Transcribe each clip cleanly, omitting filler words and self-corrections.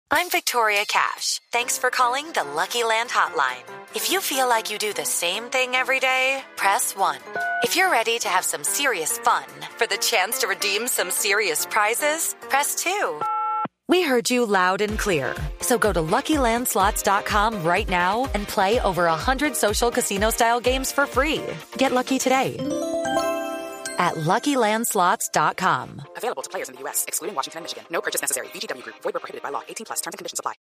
I'm Victoria Cash. Thanks for calling the Lucky Land Hotline. If you feel like you do the same thing every day, press 1. If you're ready to have some serious fun for the chance to redeem some serious prizes, press 2. We heard you loud and clear. So go to LuckyLandSlots.com right now and play over 100 social casino-style games for free. Get lucky today at LuckyLandSlots.com. Available to players in the U.S., excluding Washington and Michigan. No purchase necessary. VGW Group. Void where prohibited by law. 18+. Terms and conditions apply.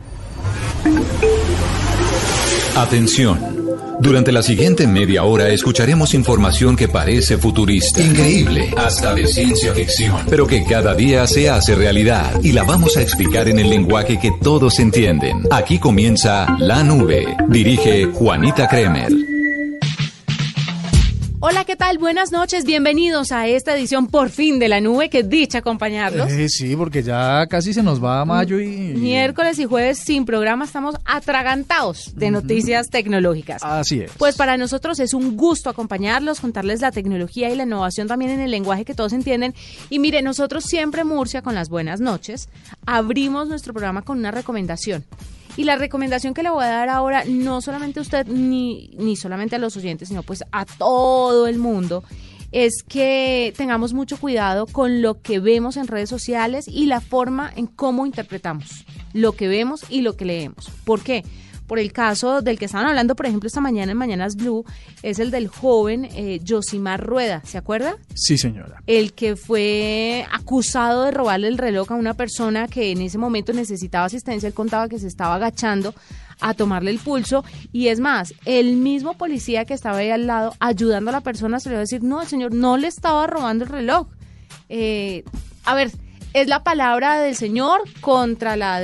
Atención. Durante la siguiente media hora escucharemos información que parece futurista, increíble, hasta de ciencia ficción, pero que cada día se hace realidad y la vamos a explicar en el lenguaje que todos entienden. Aquí comienza La Nube. Dirige Juanita Kremer. Hola, ¿qué tal? Buenas noches, bienvenidos a esta edición por fin de La Nube, qué dicha acompañarlos. Sí, porque ya casi se nos va a mayo y... Miércoles y jueves sin programa, estamos atragantados de noticias tecnológicas. Así es. Pues para nosotros es un gusto acompañarlos, contarles la tecnología y la innovación también en el lenguaje que todos entienden. Y mire, nosotros siempre, Murcia, con las buenas noches, abrimos nuestro programa con una recomendación. Y la recomendación que le voy a dar ahora, no solamente a usted ni solamente a los oyentes, sino pues a todo el mundo, es que tengamos mucho cuidado con lo que vemos en redes sociales y la forma en cómo interpretamos lo que vemos y lo que leemos. ¿Por qué? Por el caso del que estaban hablando, por ejemplo, esta mañana en Mañanas Blue, es el del joven Yosimar Rueda, ¿se acuerda? Sí, señora. El que fue acusado de robarle el reloj a una persona que en ese momento necesitaba asistencia. Él contaba que se estaba agachando a tomarle el pulso, y es más, el mismo policía que estaba ahí al lado ayudando a la persona se le iba a decir, no, el señor no le estaba robando el reloj. A ver, es la palabra del señor contra la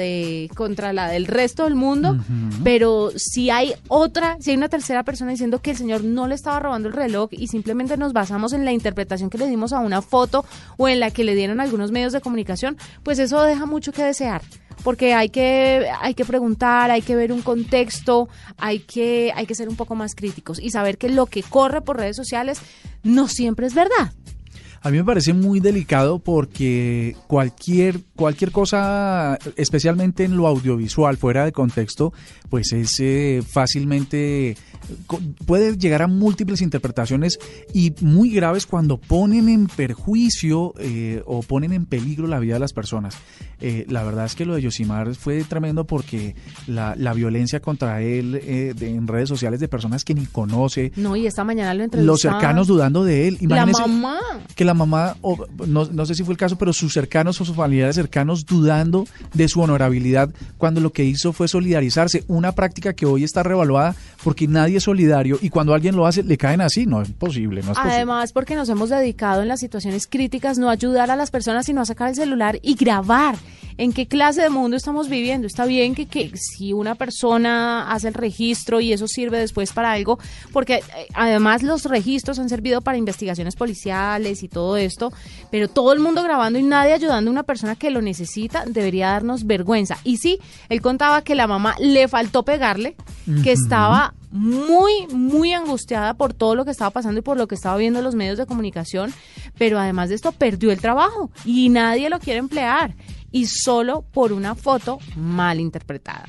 del resto del mundo, pero si hay una tercera persona diciendo que el señor no le estaba robando el reloj y simplemente nos basamos en la interpretación que le dimos a una foto o en la que le dieron algunos medios de comunicación, pues eso deja mucho que desear, porque hay que preguntar, hay que ver un contexto, hay que ser un poco más críticos y saber que lo que corre por redes sociales no siempre es verdad. A mí me parece muy delicado porque cualquier cosa, especialmente en lo audiovisual, fuera de contexto, pues es fácilmente, puede llegar a múltiples interpretaciones y muy graves cuando ponen en perjuicio o ponen en peligro la vida de las personas. La verdad es que lo de Yosimar fue tremendo porque la violencia contra él en redes sociales de personas que ni conoce. No, y esta mañana lo entrevistaban. Los cercanos dudando de él. Imagínese, la mamá. Que la mamá, no sé si fue el caso, pero sus cercanos o sus familiares cercanos dudando de su honorabilidad cuando lo que hizo fue solidarizarse. Una práctica que hoy está revaluada porque nadie es solidario y cuando alguien lo hace le caen así. No es posible, no es posible. Además, porque nos hemos dedicado en las situaciones críticas no a ayudar a las personas, sino a sacar el celular y grabar. ¿En qué clase de mundo estamos viviendo? Está bien que si una persona hace el registro y eso sirve después para algo, porque además los registros han servido para investigaciones policiales y todo esto, pero todo el mundo grabando y nadie ayudando a una persona que lo necesita, debería darnos vergüenza. Y sí, él contaba que la mamá le faltó pegarle, que estaba muy, muy angustiada por todo lo que estaba pasando y por lo que estaba viendo en los medios de comunicación, pero además de esto perdió el trabajo y nadie lo quiere emplear. Y solo por una foto mal interpretada.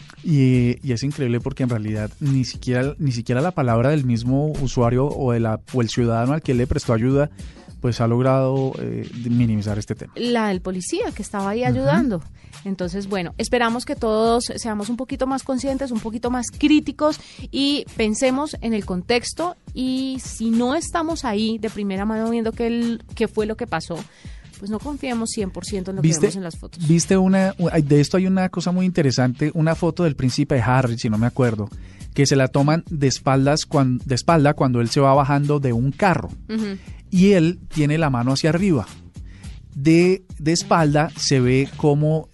Y es increíble porque en realidad ni siquiera la palabra del mismo usuario o el ciudadano al que le prestó ayuda pues ha logrado minimizar este tema. La del policía que estaba ahí ayudando. Entonces, bueno, esperamos que todos seamos un poquito más conscientes, un poquito más críticos y pensemos en el contexto, y si no estamos ahí de primera mano viendo qué fue lo que pasó, pues no confiemos 100% en lo que vemos en las fotos. ¿Viste de esto hay una cosa muy interesante, una foto del príncipe Harry, si no me acuerdo, que se la toman de espalda cuando él se va bajando de un carro, y él tiene la mano hacia arriba. De espalda se ve como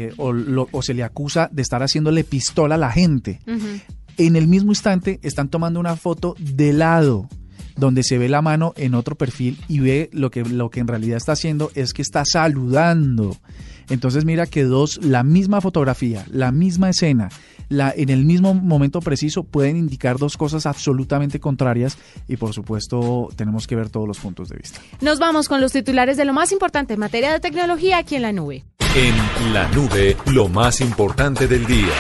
o se le acusa de estar haciéndole pistola a la gente. En el mismo instante están tomando una foto de lado, donde se ve la mano en otro perfil y ve lo que en realidad está haciendo es que está saludando. Entonces mira que la misma fotografía, la misma escena, en el mismo momento preciso pueden indicar dos cosas absolutamente contrarias y por supuesto tenemos que ver todos los puntos de vista. Nos vamos con los titulares de lo más importante en materia de tecnología aquí en la nube. En la nube, lo más importante del día.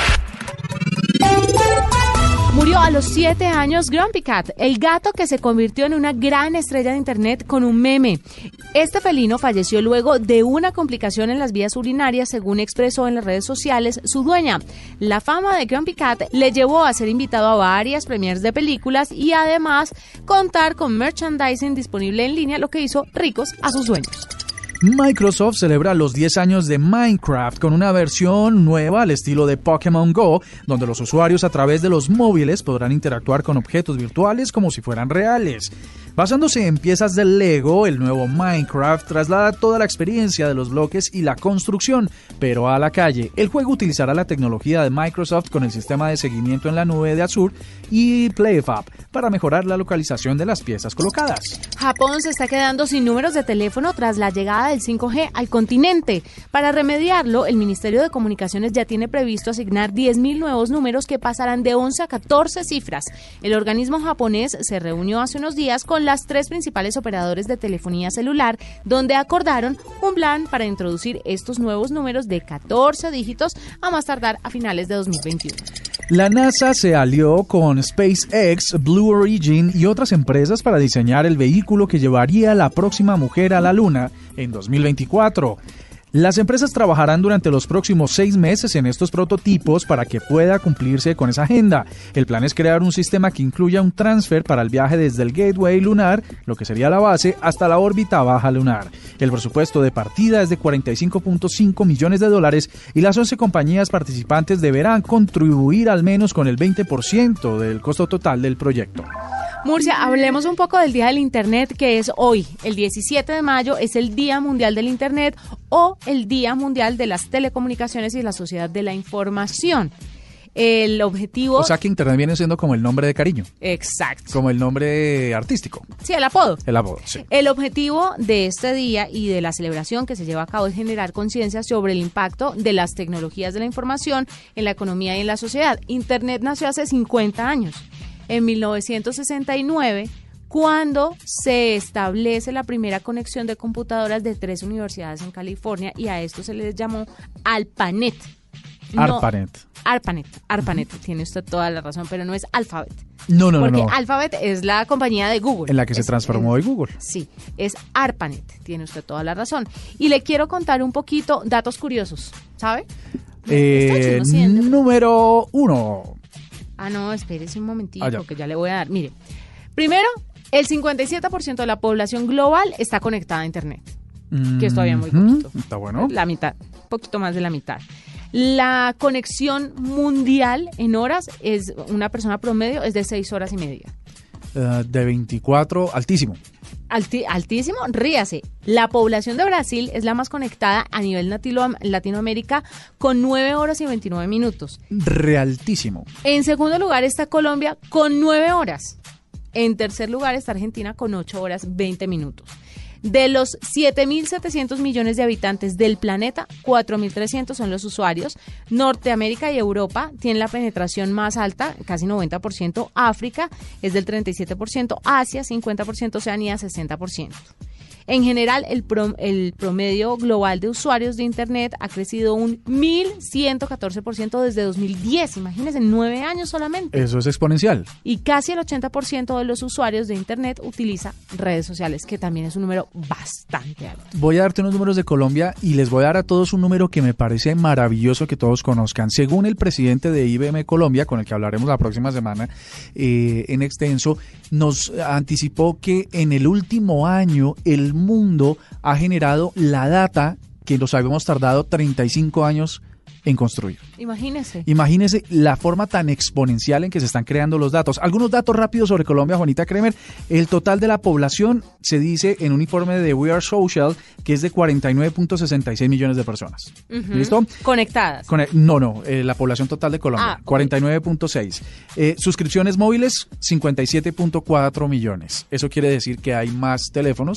Murió a los 7 años Grumpy Cat, el gato que se convirtió en una gran estrella de internet con un meme. Este felino falleció luego de una complicación en las vías urinarias, según expresó en las redes sociales su dueña. La fama de Grumpy Cat le llevó a ser invitado a varias premieres de películas y además contar con merchandising disponible en línea, lo que hizo ricos a sus dueños. Microsoft celebra los 10 años de Minecraft con una versión nueva al estilo de Pokémon Go, donde los usuarios a través de los móviles podrán interactuar con objetos virtuales como si fueran reales. Basándose en piezas de Lego, el nuevo Minecraft traslada toda la experiencia de los bloques y la construcción, pero a la calle. El juego utilizará la tecnología de Microsoft con el sistema de seguimiento en la nube de Azure y PlayFab para mejorar la localización de las piezas colocadas. Japón se está quedando sin números de teléfono tras la llegada del 5G al continente. Para remediarlo, el Ministerio de Comunicaciones ya tiene previsto asignar 10.000 nuevos números que pasarán de 11 a 14 cifras. El organismo japonés se reunió hace unos días con las 3 principales operadores de telefonía celular, donde acordaron un plan para introducir estos nuevos números de 14 dígitos a más tardar a finales de 2021. La NASA se alió con SpaceX, Blue Origin y otras empresas para diseñar el vehículo que llevaría a la próxima mujer a la Luna en 2024. Las empresas trabajarán durante los próximos 6 meses en estos prototipos para que pueda cumplirse con esa agenda. El plan es crear un sistema que incluya un transfer para el viaje desde el Gateway lunar, lo que sería la base, hasta la órbita baja lunar. El presupuesto de partida es de $45.5 millones y las 11 compañías participantes deberán contribuir al menos con el 20% del costo total del proyecto. Murcia, hablemos un poco del Día del Internet, que es hoy. El 17 de mayo es el Día Mundial del Internet o el Día Mundial de las Telecomunicaciones y la Sociedad de la Información. El objetivo... O sea que Internet viene siendo como el nombre de cariño. Exacto. Como el nombre artístico. Sí, el apodo. El apodo, sí. El objetivo de este día y de la celebración que se lleva a cabo es generar conciencia sobre el impacto de las tecnologías de la información en la economía y en la sociedad. Internet nació hace 50 años. En 1969, cuando se establece la primera conexión de computadoras de 3 universidades en California, y a esto se les llamó ARPANET. ARPANET, tiene usted toda la razón, pero no es Alphabet. No. Porque Alphabet es la compañía de Google. En la que se transformó de Google. Sí, es ARPANET, tiene usted toda la razón. Y le quiero contar un poquito datos curiosos, ¿sabe? Número 1. Ah, no, espérese un momentito, que ya le voy a dar. Mire, primero, el 57% de la población global está conectada a Internet, que es todavía muy poquito. Está bueno. La mitad, poquito más de la mitad. La conexión mundial en horas es una persona promedio es de 6 horas y media. De 24, altísimo. Altísimo, ríase. La población de Brasil es la más conectada a nivel Latinoamérica con 9 horas y 29 minutos. Realtísimo. En segundo lugar está Colombia con 9 horas. En tercer lugar está Argentina con 8 horas 20 minutos. De los 7.700 millones de habitantes del planeta, 4.300 son los usuarios. Norteamérica y Europa tienen la penetración más alta, casi 90%. África es del 37%. Asia, 50%. Oceanía, 60%. En general, el promedio global de usuarios de Internet ha crecido un 1.114% desde 2010. Imagínense, en 9 años solamente. Eso es exponencial. Y casi el 80% de los usuarios de Internet utiliza redes sociales, que también es un número bastante alto. Voy a darte unos números de Colombia y les voy a dar a todos un número que me parece maravilloso que todos conozcan. Según el presidente de IBM Colombia, con el que hablaremos la próxima semana en extenso, nos anticipó que en el último año el mundo ha generado la data que nos habíamos tardado 35 años en construir. Imagínese la forma tan exponencial en que se están creando los datos. Algunos datos rápidos sobre Colombia, Juanita Kremer. El total de la población se dice en un informe de We Are Social que es de 49.66 millones de personas. ¿Listo? Conectadas. La población total de Colombia, 49.6. Suscripciones móviles, 57.4 millones. Eso quiere decir que hay más teléfonos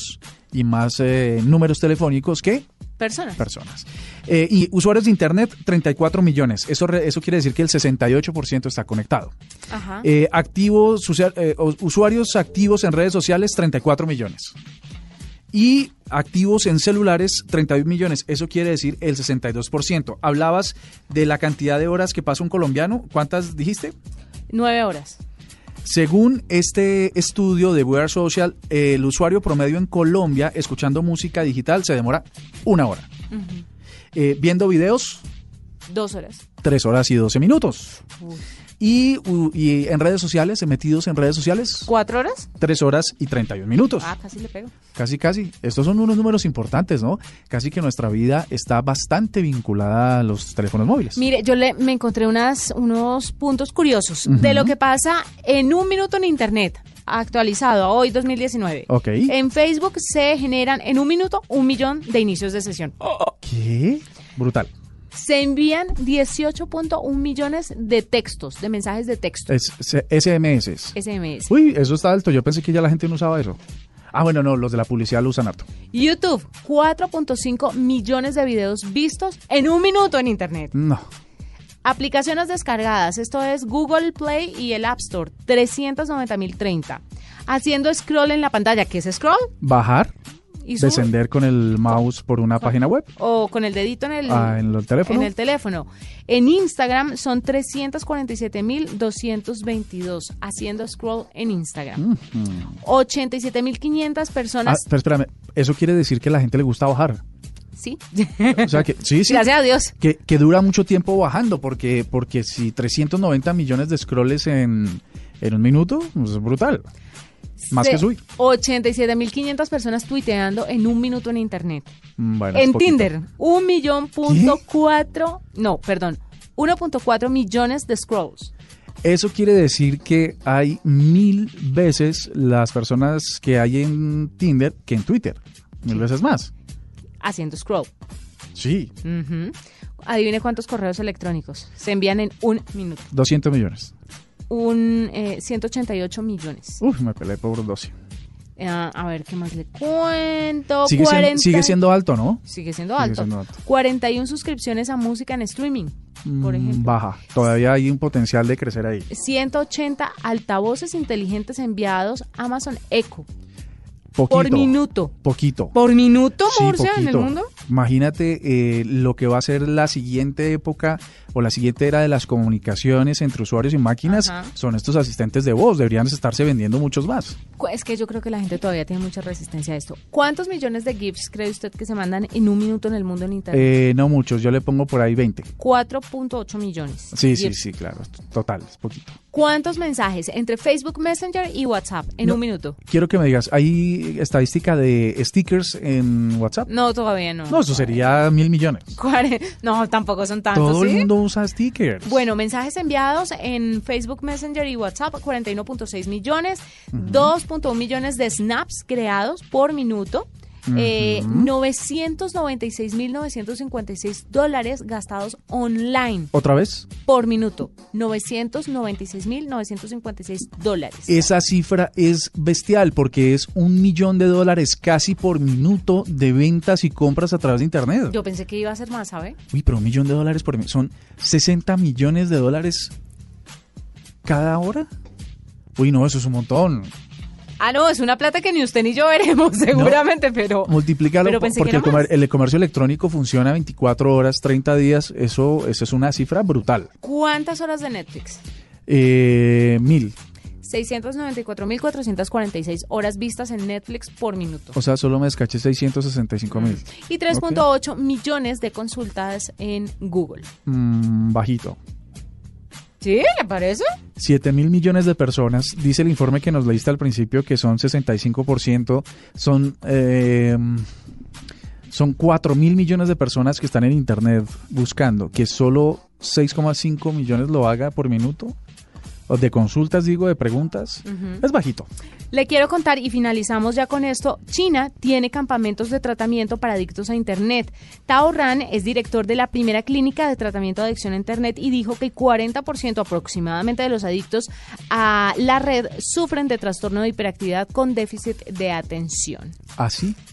y más números telefónicos que personas. Y usuarios de Internet, 34 millones. Eso quiere decir que el 68% está conectado. Ajá. Usuarios activos en redes sociales, 34 millones. Y activos en celulares, 31 millones. Eso quiere decir el 62%. Hablabas de la cantidad de horas que pasa un colombiano. ¿Cuántas dijiste? 9 horas. Según este estudio de We Are Social, el usuario promedio en Colombia escuchando música digital se demora 1 hora. Uh-huh. Viendo videos, 2 horas. 3 horas y 12 minutos. Uf. Y en redes sociales, metidos en redes sociales, 4 horas. 3 horas y 31 minutos. Ah, casi le pego. Casi. Estos son unos números importantes, ¿no? Casi que nuestra vida está bastante vinculada a los teléfonos móviles. Mire, yo me encontré unos puntos curiosos de lo que pasa en un minuto en Internet, actualizado a hoy 2019. Ok. En Facebook se generan en un minuto 1 millón de inicios de sesión. ¿Qué? Brutal. Se envían 18.1 millones de textos, de mensajes de texto. SMS. SMS. Uy, eso está alto. Yo pensé que ya la gente no usaba eso. Ah, bueno, no, los de la publicidad lo usan harto. YouTube, 4.5 millones de videos vistos en un minuto en Internet. No. Aplicaciones descargadas, esto es Google Play y el App Store, 390.030. Haciendo scroll en la pantalla, ¿qué es scroll? Bajar, Y sube. descender con el mouse por una página web. O con el dedito en el teléfono. En el teléfono. En Instagram son 347.222 haciendo scroll en Instagram. 87.500 personas. Pero espérame, eso quiere decir que a la gente le gusta bajar. Sí. O sea que sí. Gracias a Dios. Que dura mucho tiempo bajando, porque si 390 millones de scrolls en un minuto, pues es brutal. Más que subir. 87.500 personas tuiteando en un minuto en Internet. Bueno, en poquito. Tinder, 1.4 millones de scrolls. Eso quiere decir que hay 1000 veces las personas que hay en Tinder que en Twitter. 1000 veces más. Haciendo scroll. Sí. Uh-huh. Adivine cuántos correos electrónicos se envían en un minuto. 200 millones. 188 millones. Uf, me peleé por 12. A ver, ¿qué más le cuento? Sigue siendo alto, ¿no? Sigue siendo alto. 41 suscripciones a música en streaming, por ejemplo. Baja. Todavía hay un potencial de crecer ahí. 180 altavoces inteligentes enviados Amazon Echo. Poquito. Por minuto. Poquito. ¿Por minuto, Sí, Murcia, en el poquito. mundo? Imagínate lo que va a ser la siguiente época o la siguiente era de las comunicaciones entre usuarios y máquinas. Ajá. Son estos asistentes de voz. Deberían estarse vendiendo muchos más. Es que yo creo que la gente todavía tiene mucha resistencia a esto. ¿Cuántos millones de GIFs cree usted que se mandan en un minuto en el mundo en Internet? No muchos. Yo le pongo por ahí 20. 4.8 millones. Sí, GIFs. sí, claro. Total, es poquito. ¿Cuántos mensajes entre Facebook Messenger y WhatsApp en un minuto? Quiero que me digas, ¿hay estadística de stickers en WhatsApp? No, todavía no. No, eso sería 1.000 millones. No, tampoco son tantos. Todo ¿sí? el mundo usa stickers. Bueno, mensajes enviados en Facebook Messenger y WhatsApp, 41.6 millones, 2.1 millones de snaps creados por minuto, 996.956 dólares gastados online ¿Otra vez? por minuto. 996.956 dólares. Esa cifra es bestial porque es $1.000.000 casi por minuto de ventas y compras a través de Internet. Yo pensé que iba a ser más, ¿sabe? Uy, pero $1.000.000 por minuto. ¿Son 60 millones de dólares cada hora? Uy, no, eso es un montón. Ah, no, es una plata que ni usted ni yo veremos seguramente, No, pero... multiplícalo pero pensé porque que era más. el comercio electrónico funciona 24 horas, 30 días. Eso es una cifra brutal. ¿Cuántas horas de Netflix? 1.000. 694.446 horas vistas en Netflix por minuto. O sea, solo me descaché 665.000. Y 3.8 millones de consultas en Google. Bajito. ¿Sí? ¿Le parece? 7.000 millones de personas, dice el informe que nos leíste al principio, que son 65%, son 4.000 millones de personas que están en Internet buscando, que solo 6,5 millones lo haga por minuto, o de consultas, digo, de preguntas, es bajito. Le quiero contar, y finalizamos ya con esto, China tiene campamentos de tratamiento para adictos a Internet. Tao Ran es director de la primera clínica de tratamiento de adicción a Internet y dijo que el 40% aproximadamente de los adictos a la red sufren de trastorno de hiperactividad con déficit de atención. ¿Ah, sí?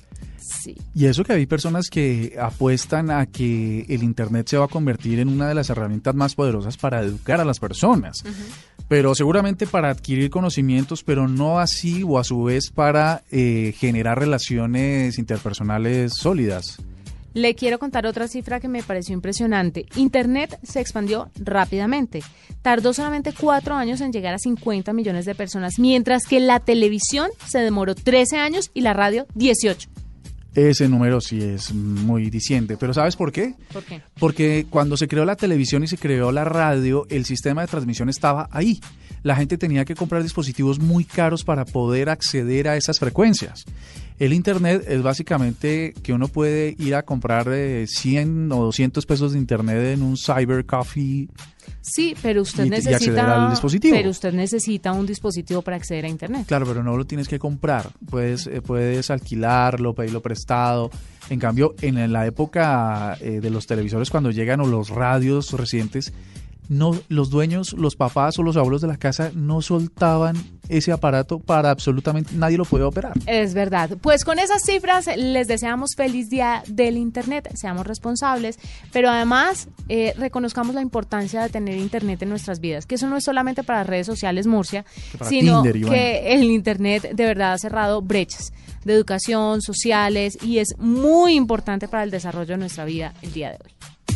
Sí. Y eso que hay personas que apuestan a que el Internet se va a convertir en una de las herramientas más poderosas para educar a las personas. Pero seguramente para adquirir conocimientos, pero no así o a su vez para generar relaciones interpersonales sólidas. Le quiero contar otra cifra que me pareció impresionante. Internet se expandió rápidamente. Tardó solamente 4 años en llegar a 50 millones de personas, mientras que la televisión se demoró 13 años y la radio 18. Ese número sí es muy diciente, pero ¿sabes por qué? ¿Por qué? Porque cuando se creó la televisión y se creó la radio, el sistema de transmisión estaba ahí. La gente tenía que comprar dispositivos muy caros para poder acceder a esas frecuencias. El Internet es básicamente que uno puede ir a comprar 100 o 200 pesos de Internet en un cyber coffee. Sí, pero usted y acceder al dispositivo. Pero usted necesita un dispositivo para acceder a Internet. Claro, pero no lo tienes que comprar. Puedes alquilarlo, pedirlo prestado. En cambio, en la época de los televisores, cuando llegan, o los radios recientes, no, los dueños, los papás o los abuelos de la casa no soltaban ese aparato para absolutamente nadie lo podía operar. Es verdad. Pues con esas cifras les deseamos feliz día del Internet, seamos responsables, pero además reconozcamos la importancia de tener Internet en nuestras vidas, que eso no es solamente para redes sociales, Murcia, sino Tinder, que el Internet de verdad ha cerrado brechas de educación, sociales, y es muy importante para el desarrollo de nuestra vida el día de hoy.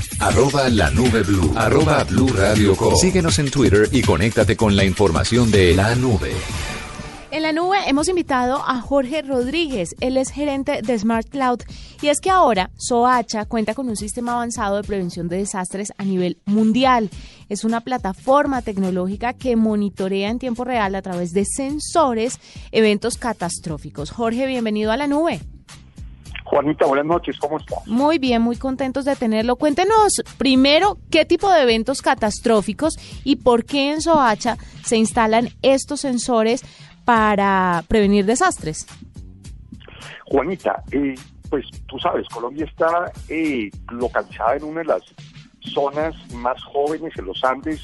@lanubeblu, @Blue Radio Co. Síguenos en Twitter y conéctate con la información de la nube. En la nube hemos invitado a Jorge Rodríguez, él es gerente de Smart Cloud, y es que ahora Soacha cuenta con un sistema avanzado de prevención de desastres a nivel mundial. Es una plataforma tecnológica que monitorea en tiempo real a través de sensores eventos catastróficos. Jorge, bienvenido a la nube. Juanita, buenas noches, ¿cómo estás? Muy bien, muy contentos de tenerlo. Cuéntenos primero qué tipo de eventos catastróficos y por qué en Soacha se instalan estos sensores para prevenir desastres. Juanita, pues tú sabes, Colombia está localizada en una de las zonas más jóvenes en los Andes,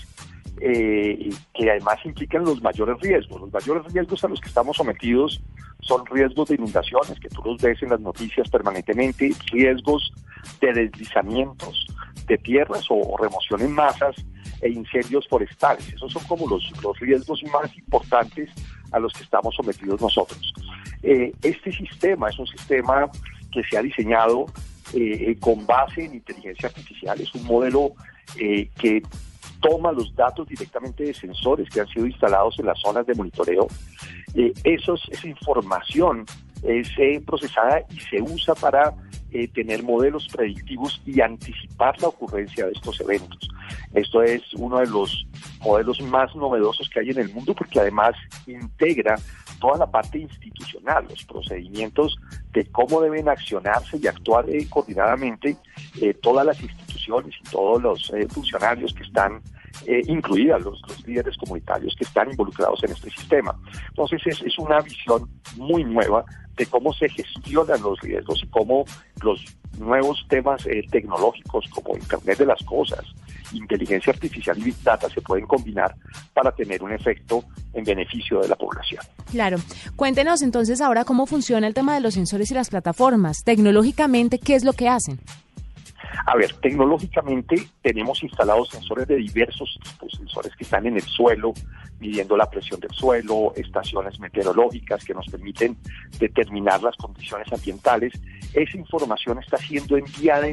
que además implican los mayores riesgos. Los mayores riesgos a los que estamos sometidos son riesgos de inundaciones, que tú los ves en las noticias permanentemente, riesgos de deslizamientos de tierras o remoción en masas e incendios forestales. Esos son como los riesgos más importantes a los que estamos sometidos nosotros. Este sistema es un sistema que se ha diseñado con base en inteligencia artificial. Es un modelo que toma los datos directamente de sensores que han sido instalados en las zonas de monitoreo. Esa información es procesada y se usa para tener modelos predictivos y anticipar la ocurrencia de estos eventos. Esto es uno de los modelos más novedosos que hay en el mundo, porque además integra toda la parte institucional, los procedimientos de cómo deben accionarse y actuar coordinadamente todas las instituciones y todos los funcionarios que están incluidas los líderes comunitarios que están involucrados en este sistema. Entonces es una visión muy nueva de cómo se gestionan los riesgos y cómo los nuevos temas tecnológicos como Internet de las Cosas, inteligencia artificial y Big Data se pueden combinar para tener un efecto en beneficio de la población. Claro. Cuéntenos entonces ahora cómo funciona el tema de los sensores y las plataformas. Tecnológicamente, ¿qué es lo que hacen? A ver, tecnológicamente tenemos instalados sensores de diversos tipos, sensores que están en el suelo, midiendo la presión del suelo, estaciones meteorológicas que nos permiten determinar las condiciones ambientales. Esa información está siendo enviada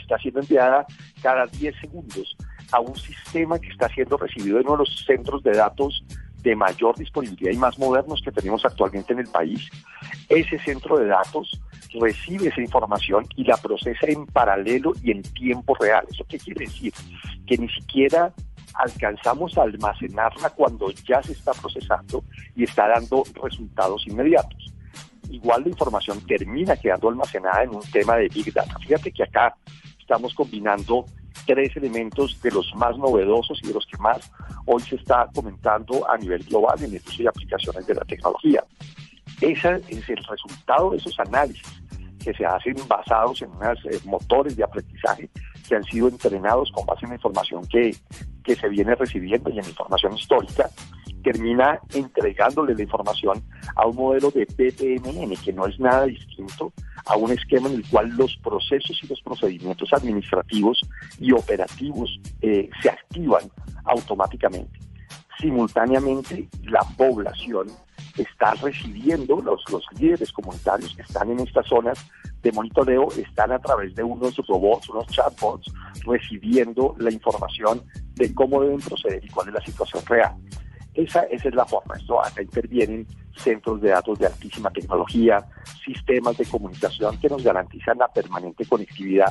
cada 10 segundos a un sistema que está siendo recibido en uno de los centros de datos de mayor disponibilidad y más modernos que tenemos actualmente en el país. Ese centro de datos recibe esa información y la procesa en paralelo y en tiempo real. ¿Eso qué quiere decir? Que ni siquiera alcanzamos a almacenarla cuando ya se está procesando y está dando resultados inmediatos. Igual la información termina quedando almacenada en un tema de Big Data. Fíjate que acá estamos combinando 3 elementos de los más novedosos y de los que más hoy se está comentando a nivel global en el uso y aplicaciones de la tecnología. Ese es el resultado de esos análisis que se hacen basados en unos motores de aprendizaje que han sido entrenados con base en la información que se viene recibiendo y en información histórica, termina entregándole la información a un modelo de BPMN, que no es nada distinto a un esquema en el cual los procesos y los procedimientos administrativos y operativos se activan automáticamente. Simultáneamente, la población está recibiendo, los líderes comunitarios que están en estas zonas de monitoreo están a través de unos robots, unos chatbots, recibiendo la información de cómo deben proceder y cuál es la situación real. Esa es la forma. Acá intervienen centros de datos de altísima tecnología, sistemas de comunicación que nos garantizan la permanente conectividad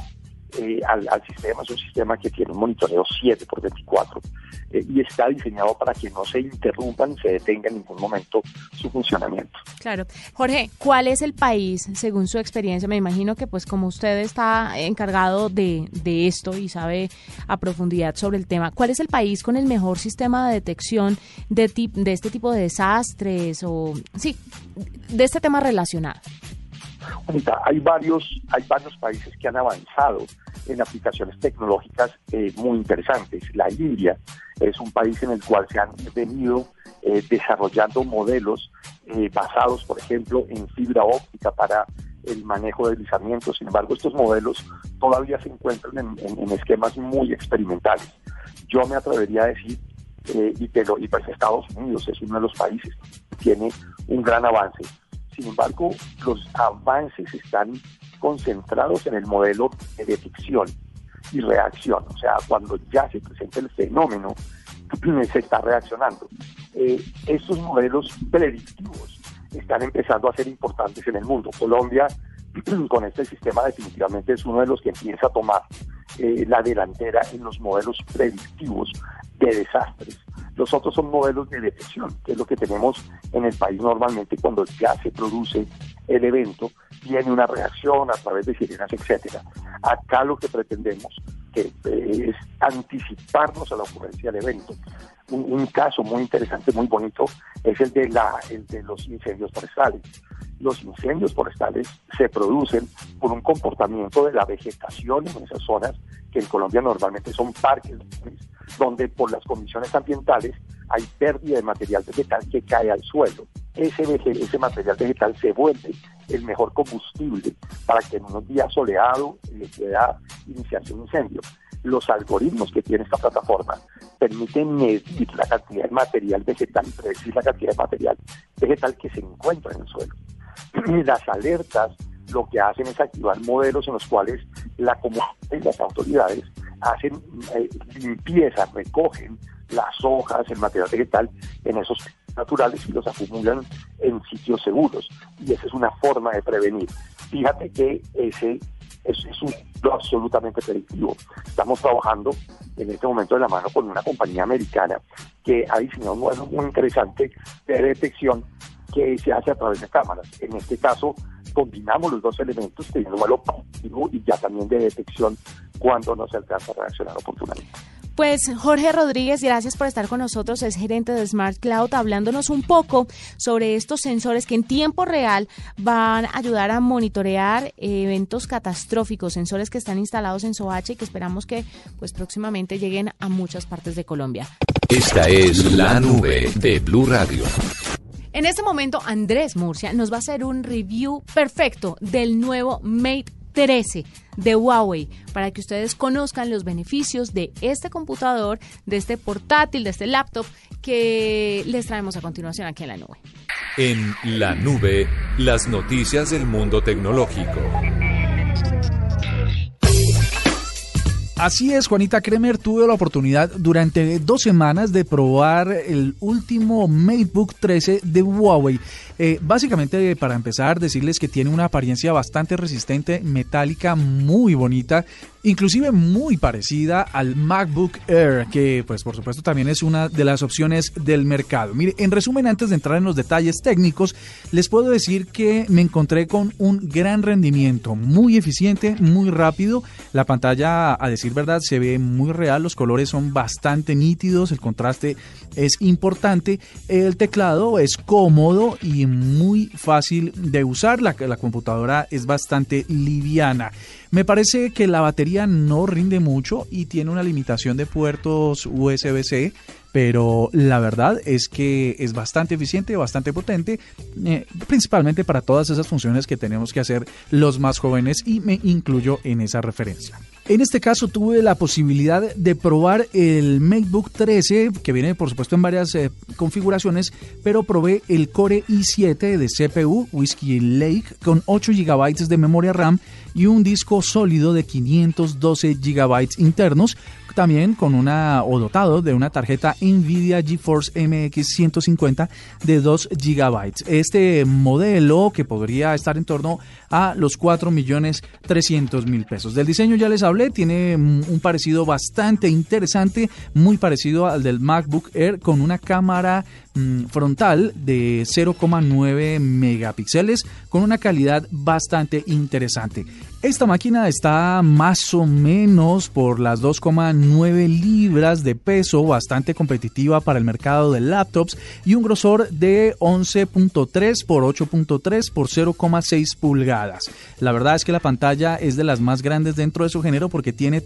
al sistema. Es un sistema que tiene un monitoreo 7/24 y está diseñado para que no se interrumpan ni se detenga en ningún momento su funcionamiento. Claro. Jorge, ¿cuál es el país, según su experiencia? Me imagino que pues como usted está encargado de esto y sabe a profundidad sobre el tema, ¿cuál es el país con el mejor sistema de detección de este tipo de desastres o de este tema relacionado? Juanita, hay varios países que han avanzado en aplicaciones tecnológicas muy interesantes. La India es un país en el cual se han venido desarrollando modelos basados, por ejemplo, en fibra óptica para el manejo de deslizamientos. Sin embargo, estos modelos todavía se encuentran en esquemas muy experimentales. Yo me atrevería a decir, y pues Estados Unidos es uno de los países que tiene un gran avance. Sin embargo, los avances están concentrados en el modelo de detección y reacción. O sea, cuando ya se presenta el fenómeno, se está reaccionando. Estos modelos predictivos están empezando a ser importantes en el mundo. Colombia, con este sistema, definitivamente es uno de los que empieza a tomar la delantera en los modelos predictivos de desastres. Los otros son modelos de detección, que es lo que tenemos en el país normalmente cuando ya se produce el evento, viene una reacción a través de sirenas, etcétera. Acá lo que pretendemos es anticiparnos a la ocurrencia del evento. Un caso muy interesante, muy bonito, es el de los incendios forestales. Los incendios forestales se producen por un comportamiento de la vegetación en esas zonas, que en Colombia normalmente son parques, donde por las condiciones ambientales hay pérdida de material vegetal que cae al suelo. Ese material vegetal se vuelve el mejor combustible para que en unos días soleados pueda iniciarse un incendio. Los algoritmos que tiene esta plataforma permiten medir la cantidad de material vegetal y predecir la cantidad de material vegetal que se encuentra en el suelo. Las alertas lo que hacen es activar modelos en los cuales la comunidad y las autoridades hacen limpieza, recogen las hojas, el material vegetal en esos naturales y los acumulan en sitios seguros. Y esa es una forma de prevenir. Fíjate que ese es absolutamente predictivo. Estamos trabajando en este momento de la mano con una compañía americana que ha diseñado un modelo muy interesante de detección que se hace a través de cámaras. En este caso, combinamos los dos elementos, teniendo un modelo predictivo y ya también de detección cuando no se alcanza a reaccionar oportunamente. Pues Jorge Rodríguez, gracias por estar con nosotros, es gerente de Smart Cloud, hablándonos un poco sobre estos sensores que en tiempo real van a ayudar a monitorear eventos catastróficos, sensores que están instalados en Soacha y que esperamos que pues próximamente lleguen a muchas partes de Colombia. Esta es La Nube de Blue Radio. En este momento, Andrés Murcia nos va a hacer un review perfecto del nuevo Mate 13 de Huawei para que ustedes conozcan los beneficios de este computador, de este portátil, de este laptop que les traemos a continuación aquí en La Nube. En La Nube, las noticias del mundo tecnológico. Así es, Juanita Kremer, tuve la oportunidad durante 2 semanas de probar el último MateBook 13 de Huawei. Básicamente, para empezar, decirles que tiene una apariencia bastante resistente, metálica, muy bonita, inclusive muy parecida al MacBook Air, que pues por supuesto también es una de las opciones del mercado. Mire, en resumen, antes de entrar en los detalles técnicos, les puedo decir que me encontré con un gran rendimiento, muy eficiente, muy rápido. La pantalla, a decir verdad, se ve muy real, los colores son bastante nítidos, el contraste es importante, el teclado es cómodo y muy fácil de usar, la computadora es bastante liviana. Me parece que la batería no rinde mucho y tiene una limitación de puertos USB-C, pero la verdad es que es bastante eficiente, bastante potente, principalmente para todas esas funciones que tenemos que hacer los más jóvenes, y me incluyo en esa referencia. En este caso tuve la posibilidad de probar el MacBook 13, que viene por supuesto en varias configuraciones, pero probé el Core i7 de CPU, Whiskey Lake, con 8 GB de memoria RAM y un disco sólido de 512 GB internos, también con dotado de una tarjeta NVIDIA GeForce MX 150 de 2 GB. Este modelo, que podría estar en torno a los 4.300.000 pesos. Del diseño ya les hablé, tiene un parecido bastante interesante, muy parecido al del MacBook Air, con una cámara frontal de 0,9 megapíxeles con una calidad bastante interesante. Esta máquina está más o menos por las 2,9 libras de peso, bastante competitiva para el mercado de laptops, y un grosor de 11.3 por 8.3 por 0,6 pulgadas. La verdad es que la pantalla es de las más grandes dentro de su género porque tiene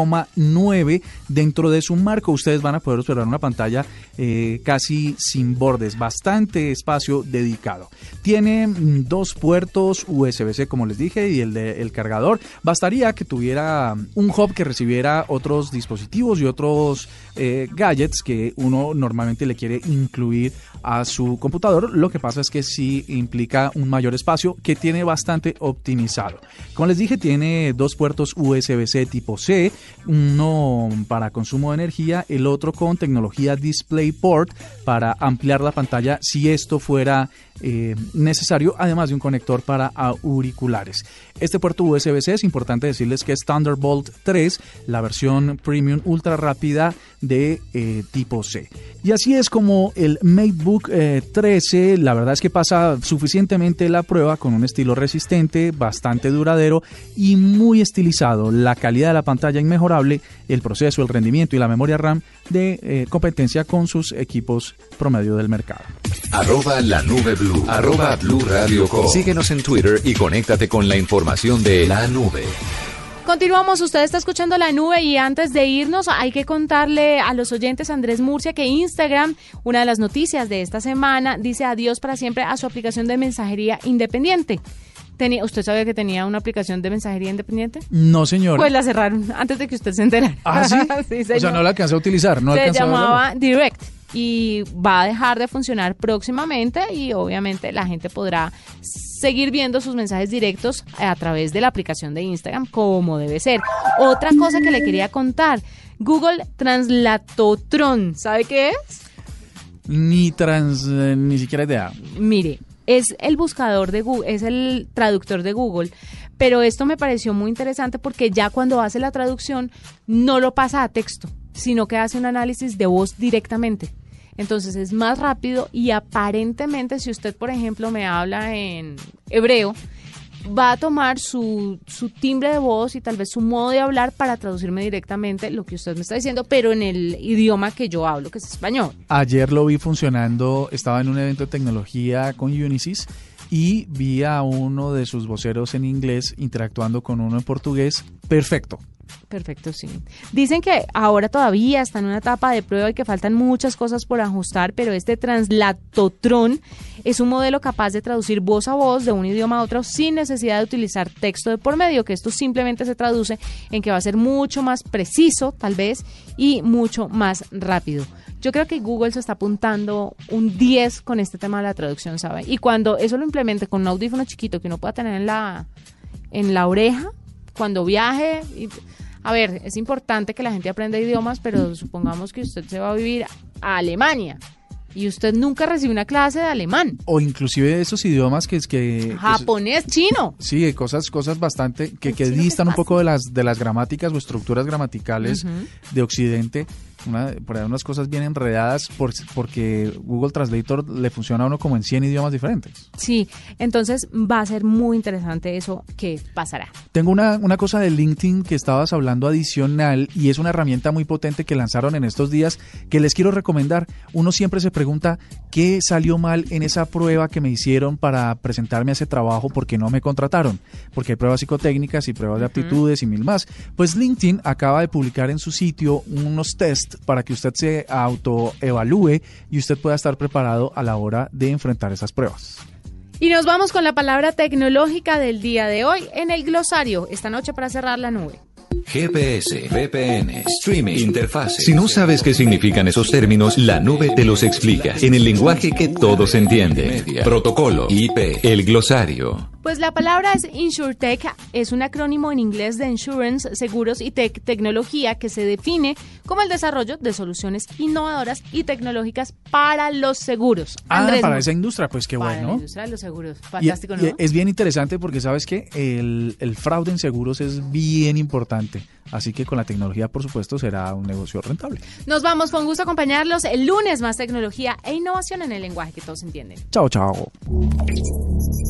13,9 dentro de su marco. Ustedes van a poder observar una pantalla casi sin bordes, bastante espacio dedicado. Tiene 2 puertos USB-C, como les dije, y el cargador. Bastaría que tuviera un hub que recibiera otros dispositivos y otros gadgets que uno normalmente le quiere incluir a su computador. Lo que pasa es que sí implica un mayor espacio, que tiene bastante optimizado. Como les dije, tiene 2 puertos USB-C tipo C, uno para consumo de energía, el otro con tecnología DisplayPort para ampliar la pantalla si esto fuera necesario, además de un conector para auriculares. Este puerto USB-C, es importante decirles que es Thunderbolt 3, la versión premium ultra rápida de tipo C. Y así es como el MacBook 13, la verdad es que pasa suficientemente la prueba, con un estilo resistente, bastante duradero y muy estilizado. La calidad de la pantalla inmejorable, el proceso, el rendimiento y la memoria RAM de competencia con sus equipos promedio del mercado. @lanubeblu, @Blue Radio Co. Síguenos en Twitter y conéctate con la información de la nube. Continuamos, usted está escuchando La Nube, y antes de irnos hay que contarle a los oyentes, Andrés Murcia, que Instagram, una de las noticias de esta semana, dice adiós para siempre a su aplicación de mensajería independiente. ¿Usted sabía que tenía una aplicación de mensajería independiente? No, señor. Pues la cerraron antes de que usted se enterara. ¿Ah, sí? Sí, señor. O sea, no la alcancé a utilizar. Se llamaba Direct y va a dejar de funcionar próximamente, y obviamente la gente podrá seguir viendo sus mensajes directos a través de la aplicación de Instagram, como debe ser. Otra cosa que le quería contar, Google Translatotron, ¿sabe qué es? Ni siquiera idea. Mire, es el buscador de Google, es el traductor de Google, pero esto me pareció muy interesante porque ya cuando hace la traducción no lo pasa a texto, sino que hace un análisis de voz directamente. Entonces es más rápido, y aparentemente, si usted, por ejemplo, me habla en hebreo, va a tomar su timbre de voz y tal vez su modo de hablar para traducirme directamente lo que usted me está diciendo, pero en el idioma que yo hablo, que es español. Ayer lo vi funcionando, estaba en un evento de tecnología con Unisys y vi a uno de sus voceros en inglés interactuando con uno en portugués. Perfecto. Perfecto, sí. Dicen que ahora todavía está en una etapa de prueba y que faltan muchas cosas por ajustar, pero este Translatotron es un modelo capaz de traducir voz a voz de un idioma a otro sin necesidad de utilizar texto de por medio, que esto simplemente se traduce en que va a ser mucho más preciso, tal vez, y mucho más rápido. Yo creo que Google se está apuntando un 10 con este tema de la traducción, ¿sabe? Y cuando eso lo implemente con un audífono chiquito que uno pueda tener en la oreja, cuando viaje... A ver, es importante que la gente aprenda idiomas, pero supongamos que usted se va a vivir a Alemania y usted nunca recibe una clase de alemán. O inclusive esos idiomas que japonés, chino. Sí, cosas bastante que distan un poco de las gramáticas o estructuras gramaticales de Occidente, Por ahí unas cosas bien enredadas porque Google Translator le funciona a uno como en 100 idiomas diferentes. Sí, entonces va a ser muy interesante eso que pasará. Tengo una cosa de LinkedIn que estabas hablando adicional y es una herramienta muy potente que lanzaron en estos días que les quiero recomendar. Uno siempre se pregunta qué salió mal en esa prueba que me hicieron para presentarme a ese trabajo porque no me contrataron, porque hay pruebas psicotécnicas y pruebas de aptitudes y mil más. Pues LinkedIn acaba de publicar en su sitio unos tests para que usted se autoevalúe y usted pueda estar preparado a la hora de enfrentar esas pruebas. Y nos vamos con la palabra tecnológica del día de hoy en el glosario, esta noche para cerrar la nube. GPS, VPN, streaming, interfase. Si no sabes qué significan esos términos, la nube te los explica en el lenguaje que todos entienden. Protocolo, IP, el glosario. Pues la palabra es InsurTech, es un acrónimo en inglés de Insurance, Seguros y Tecnología que se define como el desarrollo de soluciones innovadoras y tecnológicas para los seguros. Andrés, para esa industria, pues qué para bueno. La industria de los seguros, fantástico, ¿no? Es bien interesante porque sabes que el fraude en seguros es bien importante, así que con la tecnología, por supuesto, será un negocio rentable. Nos vamos, fue un gusto acompañarlos el lunes, más tecnología e innovación en el lenguaje que todos entienden. Chao, chao.